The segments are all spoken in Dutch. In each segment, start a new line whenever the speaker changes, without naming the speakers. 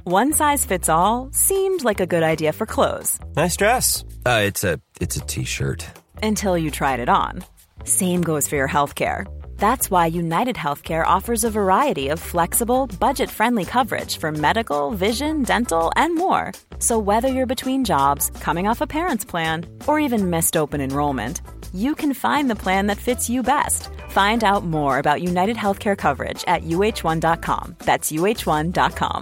One size fits all seemed like a good idea for clothes.
Nice dress. It's a t-shirt.
Until you tried it on. Same goes for your healthcare. That's why United Healthcare offers a variety of flexible, budget-friendly coverage for medical, vision, dental, and more. So whether you're between jobs, coming off a parent's plan, or even missed open enrollment, you can find the plan that fits you best. Find out more about United Healthcare coverage at uh1.com. That's uh1.com.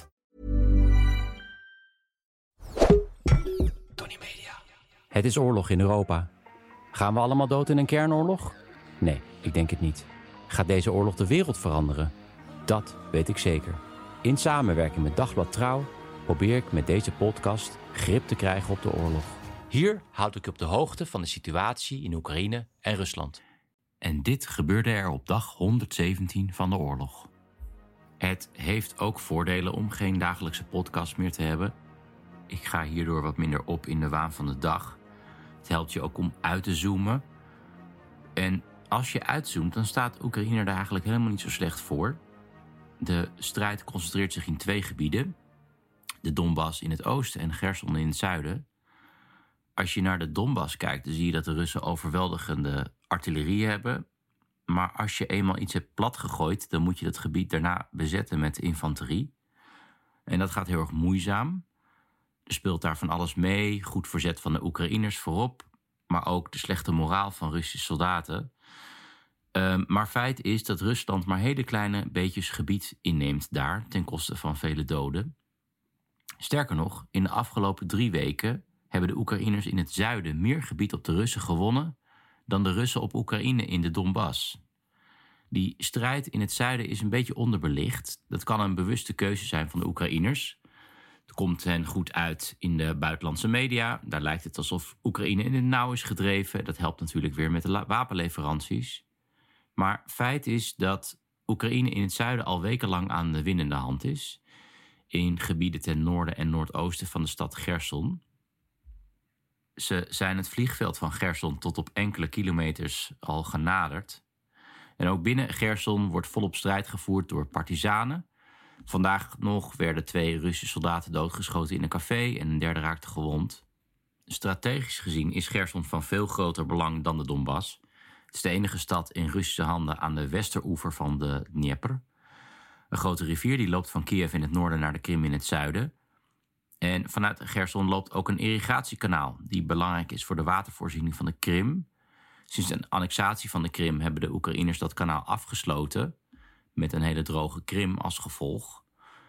Tony Media. Het is oorlog in Europa. Gaan we allemaal dood in een kernoorlog? Nee, ik denk het niet. Gaat deze oorlog de wereld veranderen? Dat weet ik zeker. In samenwerking met Dagblad Trouw probeer ik met deze podcast grip te krijgen op de oorlog. Hier houd ik je op de hoogte van de situatie in Oekraïne en Rusland. En dit gebeurde er op dag 117 van de oorlog. Het heeft ook voordelen om geen dagelijkse podcast meer te hebben. Ik ga hierdoor wat minder op in de waan van de dag. Het helpt je ook om uit te zoomen. En als je uitzoomt, dan staat Oekraïne er eigenlijk helemaal niet zo slecht voor. De strijd concentreert zich in 2 gebieden. De Donbass in het oosten en Cherson in het zuiden. Als je naar de Donbass kijkt, dan zie je dat de Russen overweldigende artillerie hebben. Maar als je eenmaal iets hebt platgegooid, dan moet je dat gebied daarna bezetten met infanterie. En dat gaat heel erg moeizaam. Er speelt daar van alles mee. Goed verzet van de Oekraïners voorop. Maar ook de slechte moraal van Russische soldaten. Maar feit is dat Rusland maar hele kleine beetjes gebied inneemt daar, ten koste van vele doden. Sterker nog, in de afgelopen 3 weken hebben de Oekraïners in het zuiden meer gebied op de Russen gewonnen dan de Russen op Oekraïne in de Donbass. Die strijd in het zuiden is een beetje onderbelicht. Dat kan een bewuste keuze zijn van de Oekraïners. Het komt hen goed uit in de buitenlandse media. Daar lijkt het alsof Oekraïne in het nauw is gedreven. Dat helpt natuurlijk weer met de wapenleveranties. Maar feit is dat Oekraïne in het zuiden al wekenlang aan de winnende hand is. In gebieden ten noorden en noordoosten van de stad Cherson. Ze zijn het vliegveld van Cherson tot op enkele kilometers al genaderd. En ook binnen Cherson wordt volop strijd gevoerd door partizanen. Vandaag nog werden 2 Russische soldaten doodgeschoten in een café en een derde raakte gewond. Strategisch gezien is Cherson van veel groter belang dan de Donbass. Het is de enige stad in Russische handen aan de westeroever van de Dnieper. Een grote rivier die loopt van Kiev in het noorden naar de Krim in het zuiden. En vanuit Cherson loopt ook een irrigatiekanaal die belangrijk is voor de watervoorziening van de Krim. Sinds de annexatie van de Krim hebben de Oekraïners dat kanaal afgesloten, met een hele droge Krim als gevolg.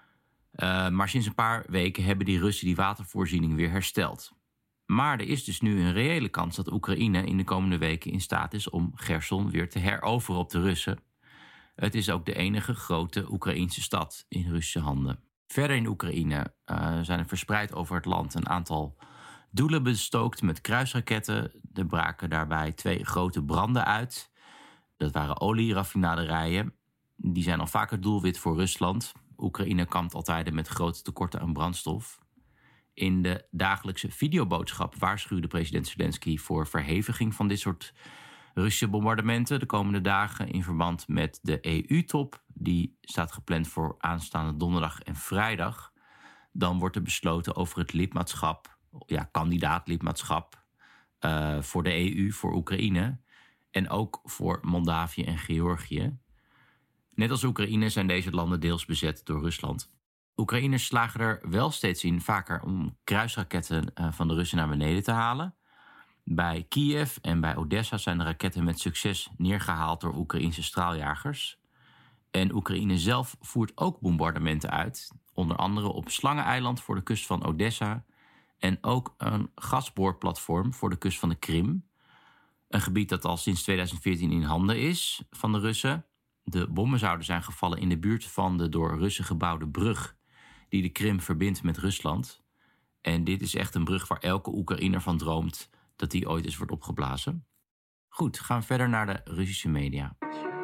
Maar sinds een paar weken hebben die Russen die watervoorziening weer hersteld. Maar er is dus nu een reële kans dat Oekraïne in de komende weken in staat is om Cherson weer te heroveren op de Russen. Het is ook de enige grote Oekraïnse stad in Russische handen. Verder in Oekraïne zijn er verspreid over het land een aantal doelen bestookt met kruisraketten. Er braken daarbij 2 grote branden uit. Dat waren olieraffinaderijen. Die zijn al vaker doelwit voor Rusland. Oekraïne kampt altijd met grote tekorten aan brandstof. In de dagelijkse videoboodschap waarschuwde president Zelensky voor verheviging van dit soort Russische bombardementen de komende dagen in verband met de EU-top. Die staat gepland voor aanstaande donderdag en vrijdag. Dan wordt er besloten over het lidmaatschap, kandidaatlidmaatschap voor de EU, voor Oekraïne. En ook voor Moldavië en Georgië. Net als Oekraïne zijn deze landen deels bezet door Rusland. Oekraïners slagen er wel steeds in vaker om kruisraketten van de Russen naar beneden te halen. Bij Kiev en bij Odessa zijn de raketten met succes neergehaald door Oekraïnse straaljagers. En Oekraïne zelf voert ook bombardementen uit. Onder andere op Slangeneiland voor de kust van Odessa. En ook een gasboorplatform voor de kust van de Krim. Een gebied dat al sinds 2014 in handen is van de Russen. De bommen zouden zijn gevallen in de buurt van de door Russen gebouwde brug die de Krim verbindt met Rusland. En dit is echt een brug waar elke Oekraïner van droomt dat die ooit eens wordt opgeblazen. Goed, gaan we verder naar de Russische media.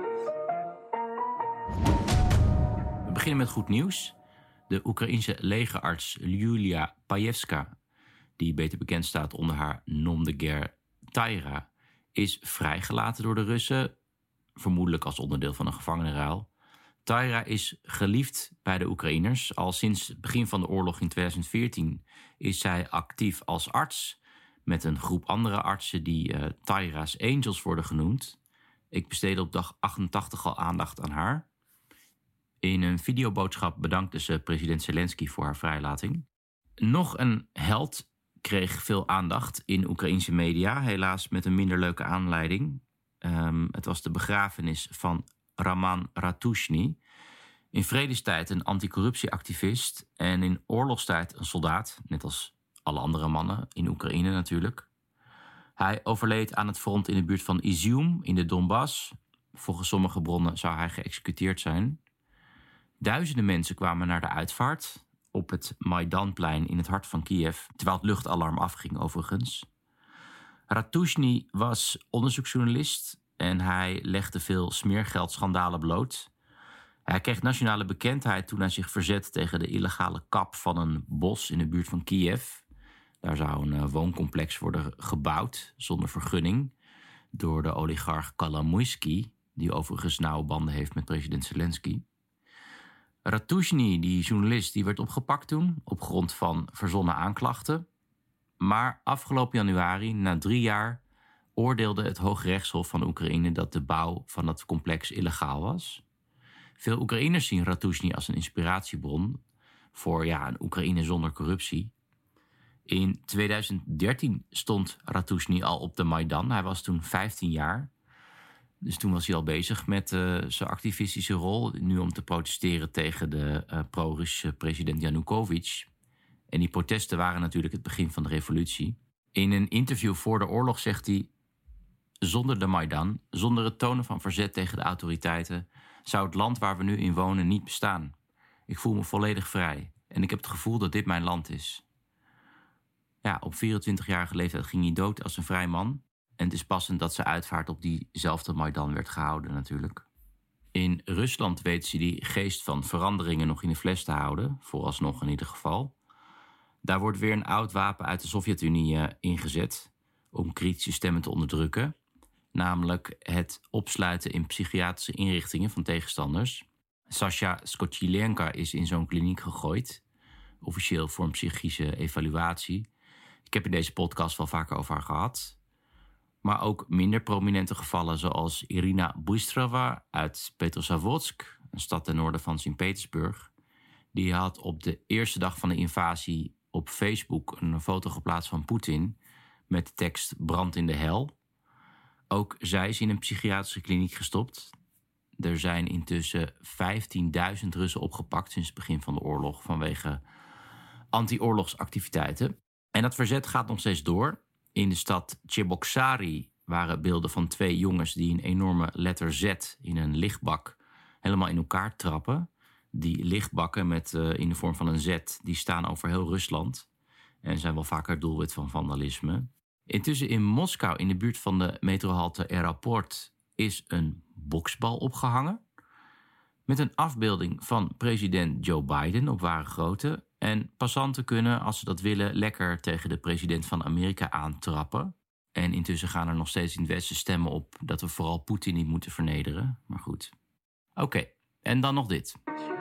We beginnen met goed nieuws. De Oekraïense legerarts Julia Pajewska, die beter bekend staat onder haar nom de guerre Taira, is vrijgelaten door de Russen, vermoedelijk als onderdeel van een gevangenenruil. Taira is geliefd bij de Oekraïners. Al sinds het begin van de oorlog in 2014 is zij actief als arts met een groep andere artsen die Taira's Angels worden genoemd. Ik besteedde op dag 88 al aandacht aan haar. In een videoboodschap bedankte ze president Zelensky voor haar vrijlating. Nog een held kreeg veel aandacht in Oekraïnse media, helaas met een minder leuke aanleiding. Het was de begrafenis van Raman Ratushny. In vredestijd een anticorruptieactivist en in oorlogstijd een soldaat, net als alle andere mannen in Oekraïne natuurlijk. Hij overleed aan het front in de buurt van Izium in de Donbass. Volgens sommige bronnen zou hij geëxecuteerd zijn. Duizenden mensen kwamen naar de uitvaart op het Maidanplein in het hart van Kiev, terwijl het luchtalarm afging overigens. Ratushny was onderzoeksjournalist en hij legde veel smeergeldschandalen bloot. Hij kreeg nationale bekendheid toen hij zich verzet tegen de illegale kap van een bos in de buurt van Kiev. Daar zou een wooncomplex worden gebouwd zonder vergunning door de oligarch Kolomoisky, die overigens nauwe banden heeft met president Zelensky. Ratushny, die journalist, die werd opgepakt toen op grond van verzonnen aanklachten. Maar afgelopen januari, na 3 jaar, oordeelde het Hooggerechtshof van Oekraïne dat de bouw van dat complex illegaal was. Veel Oekraïners zien Ratushny als een inspiratiebron voor een Oekraïne zonder corruptie. In 2013 stond Ratushny al op de Maidan. Hij was toen 15 jaar. Dus toen was hij al bezig met zijn activistische rol. Nu om te protesteren tegen de pro-Russische president Yanukovych. En die protesten waren natuurlijk het begin van de revolutie. In een interview voor de oorlog zegt hij: zonder de Maidan, zonder het tonen van verzet tegen de autoriteiten, zou het land waar we nu in wonen niet bestaan. Ik voel me volledig vrij en ik heb het gevoel dat dit mijn land is. Ja, op 24-jarige leeftijd ging hij dood als een vrij man. En het is passend dat zijn uitvaart op diezelfde Maidan werd gehouden natuurlijk. In Rusland weet ze die geest van veranderingen nog in de fles te houden, vooralsnog in ieder geval. Daar wordt weer een oud wapen uit de Sovjet-Unie ingezet om kritische stemmen te onderdrukken. Namelijk het opsluiten in psychiatrische inrichtingen van tegenstanders. Sasha Skochilenka is in zo'n kliniek gegooid, officieel voor een psychische evaluatie. Ik heb in deze podcast wel vaker over haar gehad. Maar ook minder prominente gevallen zoals Irina Bystrova uit Petrozavodsk, een stad ten noorden van Sint-Petersburg. Die had op de eerste dag van de invasie op Facebook een foto geplaatst van Poetin met de tekst "brand in de hel". Ook zij is in een psychiatrische kliniek gestopt. Er zijn intussen 15.000 Russen opgepakt sinds het begin van de oorlog vanwege anti-oorlogsactiviteiten. En dat verzet gaat nog steeds door. In de stad Cheboksary waren beelden van 2 jongens die een enorme letter Z in een lichtbak helemaal in elkaar trappen. Die lichtbakken met in de vorm van een Z, die staan over heel Rusland en zijn wel vaker doelwit van vandalisme. Intussen in Moskou, in de buurt van de metrohalte Aeroport, is een boksbal opgehangen met een afbeelding van president Joe Biden op ware grootte. En passanten kunnen, als ze dat willen, lekker tegen de president van Amerika aantrappen. En intussen gaan er nog steeds in het Westen stemmen op dat we vooral Poetin niet moeten vernederen. Maar goed. Oké, en dan nog dit.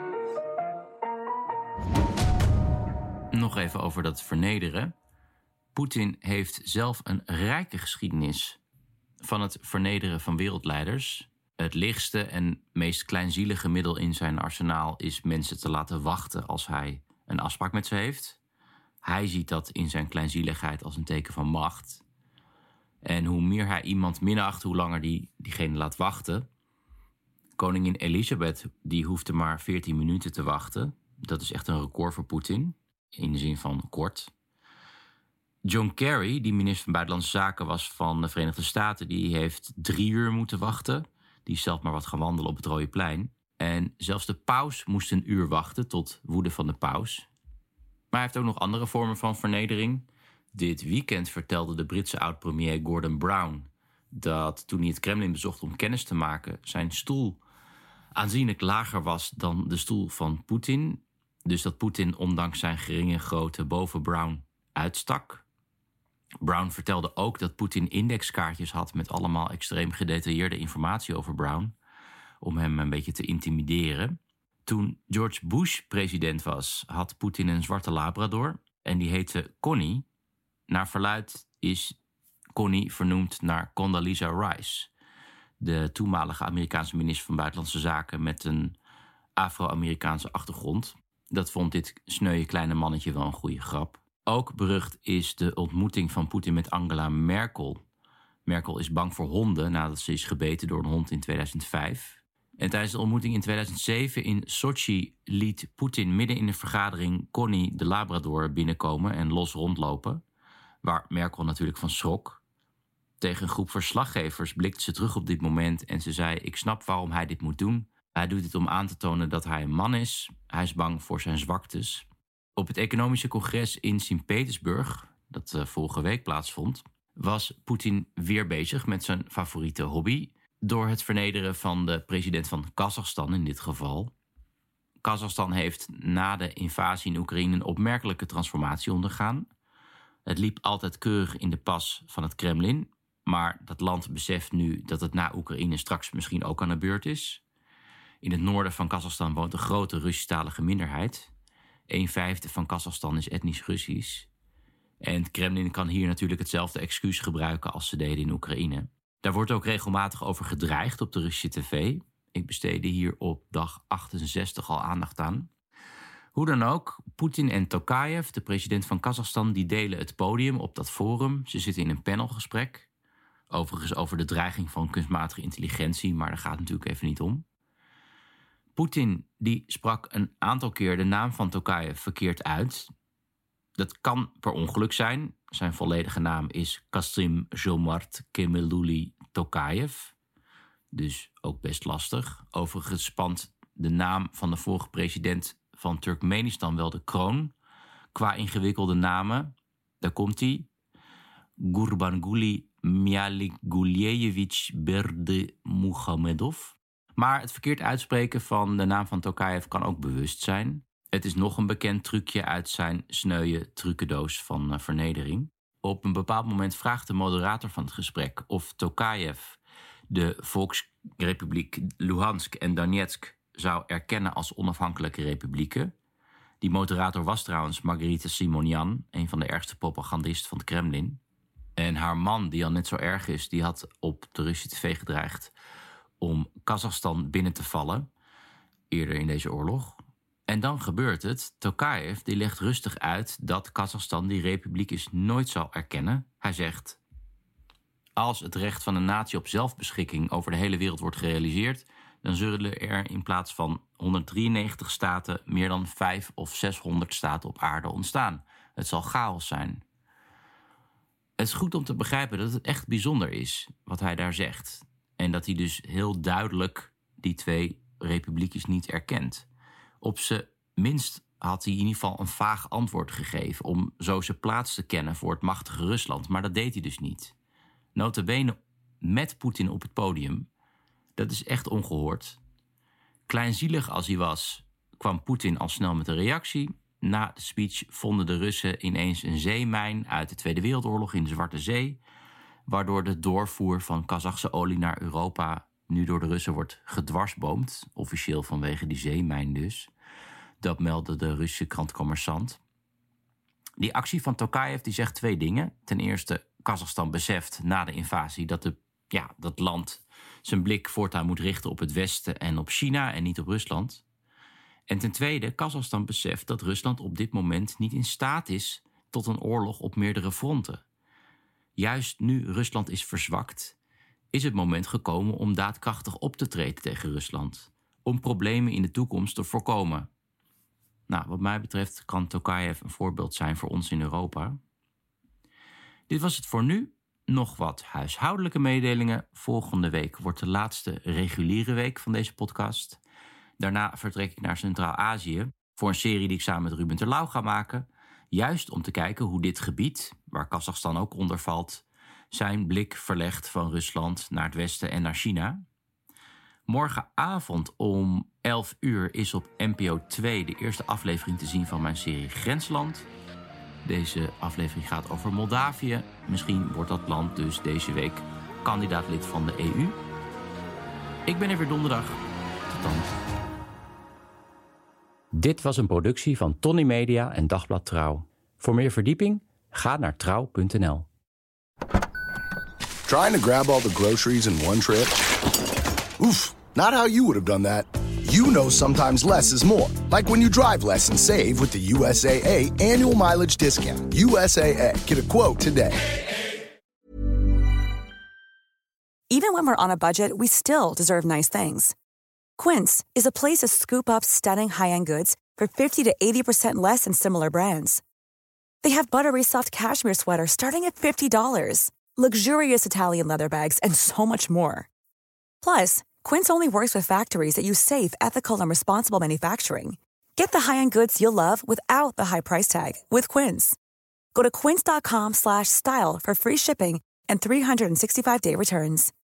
Nog even over dat vernederen. Poetin heeft zelf een rijke geschiedenis van het vernederen van wereldleiders. Het lichtste en meest kleinzielige middel in zijn arsenaal is mensen te laten wachten als hij een afspraak met ze heeft. Hij ziet dat in zijn kleinzieligheid als een teken van macht. En hoe meer hij iemand minacht, hoe langer diegene laat wachten. Koningin Elisabeth, die hoefde maar 14 minuten te wachten. Dat is echt een record voor Poetin, in de zin van kort. John Kerry, die minister van Buitenlandse Zaken was van de Verenigde Staten, die heeft 3 uur moeten wachten. Die is zelf maar wat gaan wandelen op het Rode Plein. En zelfs de paus moest 1 uur wachten, tot woede van de paus. Maar hij heeft ook nog andere vormen van vernedering. Dit weekend vertelde de Britse oud-premier Gordon Brown dat toen hij het Kremlin bezocht om kennis te maken, zijn stoel aanzienlijk lager was dan de stoel van Poetin. Dus dat Poetin ondanks zijn geringe grootte boven Brown uitstak. Brown vertelde ook dat Poetin indexkaartjes had met allemaal extreem gedetailleerde informatie over Brown, om hem een beetje te intimideren. Toen George Bush president was, had Poetin een zwarte labrador en die heette Connie. Naar verluidt is Connie vernoemd naar Condoleezza Rice, de toenmalige Amerikaanse minister van Buitenlandse Zaken met een Afro-Amerikaanse achtergrond. Dat vond dit sneuwe kleine mannetje wel een goede grap. Ook berucht is de ontmoeting van Poetin met Angela Merkel. Merkel is bang voor honden nadat ze is gebeten door een hond in 2005. En tijdens de ontmoeting in 2007 in Sochi liet Poetin midden in de vergadering Connie de Labrador binnenkomen en los rondlopen, waar Merkel natuurlijk van schrok. Tegen een groep verslaggevers blikte ze terug op dit moment en ze zei: ik snap waarom hij dit moet doen. Hij doet dit om aan te tonen dat hij een man is. Hij is bang voor zijn zwaktes. Op het economische congres in Sint-Petersburg, dat vorige week plaatsvond, was Poetin weer bezig met zijn favoriete hobby, door het vernederen van de president van Kazachstan in dit geval. Kazachstan heeft na de invasie in Oekraïne een opmerkelijke transformatie ondergaan. Het liep altijd keurig in de pas van het Kremlin, maar dat land beseft nu dat het na Oekraïne straks misschien ook aan de beurt is. In het noorden van Kazachstan woont een grote Russisch-talige minderheid. 1/5 van Kazachstan is etnisch Russisch. En het Kremlin kan hier natuurlijk hetzelfde excuus gebruiken als ze deden in Oekraïne. Daar wordt ook regelmatig over gedreigd op de Russische tv. Ik besteedde hier op dag 68 al aandacht aan. Hoe dan ook, Poetin en Tokayev, de president van Kazachstan, die delen het podium op dat forum. Ze zitten in een panelgesprek. Overigens over de dreiging van kunstmatige intelligentie, maar daar gaat het natuurlijk even niet om. Poetin die sprak een aantal keer de naam van Tokayev verkeerd uit. Dat kan per ongeluk zijn. Zijn volledige naam is Kassym-Jomart Kemalievich Tokayev. Dus ook best lastig. Overigens spant de naam van de vorige president van Turkmenistan wel de kroon. Qua ingewikkelde namen, daar komt hij. Gurbanguly Mialigulievich Berdimuhamedov. Maar het verkeerd uitspreken van de naam van Tokayev kan ook bewust zijn. Het is nog een bekend trucje uit zijn sneuwe trucendoos van vernedering. Op een bepaald moment vraagt de moderator van het gesprek of Tokayev de Volksrepubliek Luhansk en Donetsk zou erkennen als onafhankelijke republieken. Die moderator was trouwens Margarita Simonyan, een van de ergste propagandisten van het Kremlin. En haar man, die al net zo erg is, die had op de Russische tv gedreigd om Kazachstan binnen te vallen, eerder in deze oorlog. En dan gebeurt het. Tokayev die legt rustig uit dat Kazachstan die republiek nooit zal erkennen. Hij zegt: als het recht van een natie op zelfbeschikking over de hele wereld wordt gerealiseerd, dan zullen er in plaats van 193 staten meer dan 500 of 600 staten op aarde ontstaan. Het zal chaos zijn. Het is goed om te begrijpen dat het echt bijzonder is wat hij daar zegt. En dat hij dus heel duidelijk die twee republiekjes niet erkent. Op zijn minst had hij in ieder geval een vaag antwoord gegeven om zo zijn plaats te kennen voor het machtige Rusland. Maar dat deed hij dus niet. Nota bene met Poetin op het podium. Dat is echt ongehoord. Kleinzielig als hij was, kwam Poetin al snel met een reactie. Na de speech vonden de Russen ineens een zeemijn uit de Tweede Wereldoorlog in de Zwarte Zee, waardoor de doorvoer van Kazachse olie naar Europa nu door de Russen wordt gedwarsboomd, officieel vanwege die zeemijn dus. Dat meldde de Russische krant Kommersant. Die actie van Tokayev die zegt twee dingen. Ten eerste, Kazachstan beseft na de invasie dat land zijn blik voortaan moet richten op het Westen en op China en niet op Rusland. En ten tweede, Kazachstan beseft dat Rusland op dit moment niet in staat is tot een oorlog op meerdere fronten. Juist nu Rusland is verzwakt, is het moment gekomen om daadkrachtig op te treden tegen Rusland, om problemen in de toekomst te voorkomen. Nou, wat mij betreft kan Tokayev een voorbeeld zijn voor ons in Europa. Dit was het voor nu. Nog wat huishoudelijke mededelingen. Volgende week wordt de laatste reguliere week van deze podcast. Daarna vertrek ik naar Centraal-Azië voor een serie die ik samen met Ruben Terlouw ga maken. Juist om te kijken hoe dit gebied, waar Kazachstan ook onder valt, zijn blik verlegt van Rusland naar het westen en naar China. Morgenavond om 11 uur is op NPO 2 de eerste aflevering te zien van mijn serie Grensland. Deze aflevering gaat over Moldavië. Misschien wordt dat land dus deze week kandidaat lid van de EU. Ik ben er weer donderdag.
afstand.
Dit was een productie van Tony Media en Dagblad Trouw. Voor meer verdieping, ga naar trouw.nl.
Trying to grab all the groceries in one trip? Oof, not how you would have done that. You know sometimes less is more. Like when you drive less and save with the USAA annual mileage discount. USAA. Get a quote today.
Even when we're on a budget, we still deserve nice things. Quince is a place to scoop up stunning high-end goods for 50 to 80% less than similar brands. They have buttery soft cashmere sweaters starting at $50, luxurious Italian leather bags, and so much more. Plus, Quince only works with factories that use safe, ethical, and responsible manufacturing. Get the high-end goods you'll love without the high price tag with Quince. Go to quince.com/style for free shipping and 365-day returns.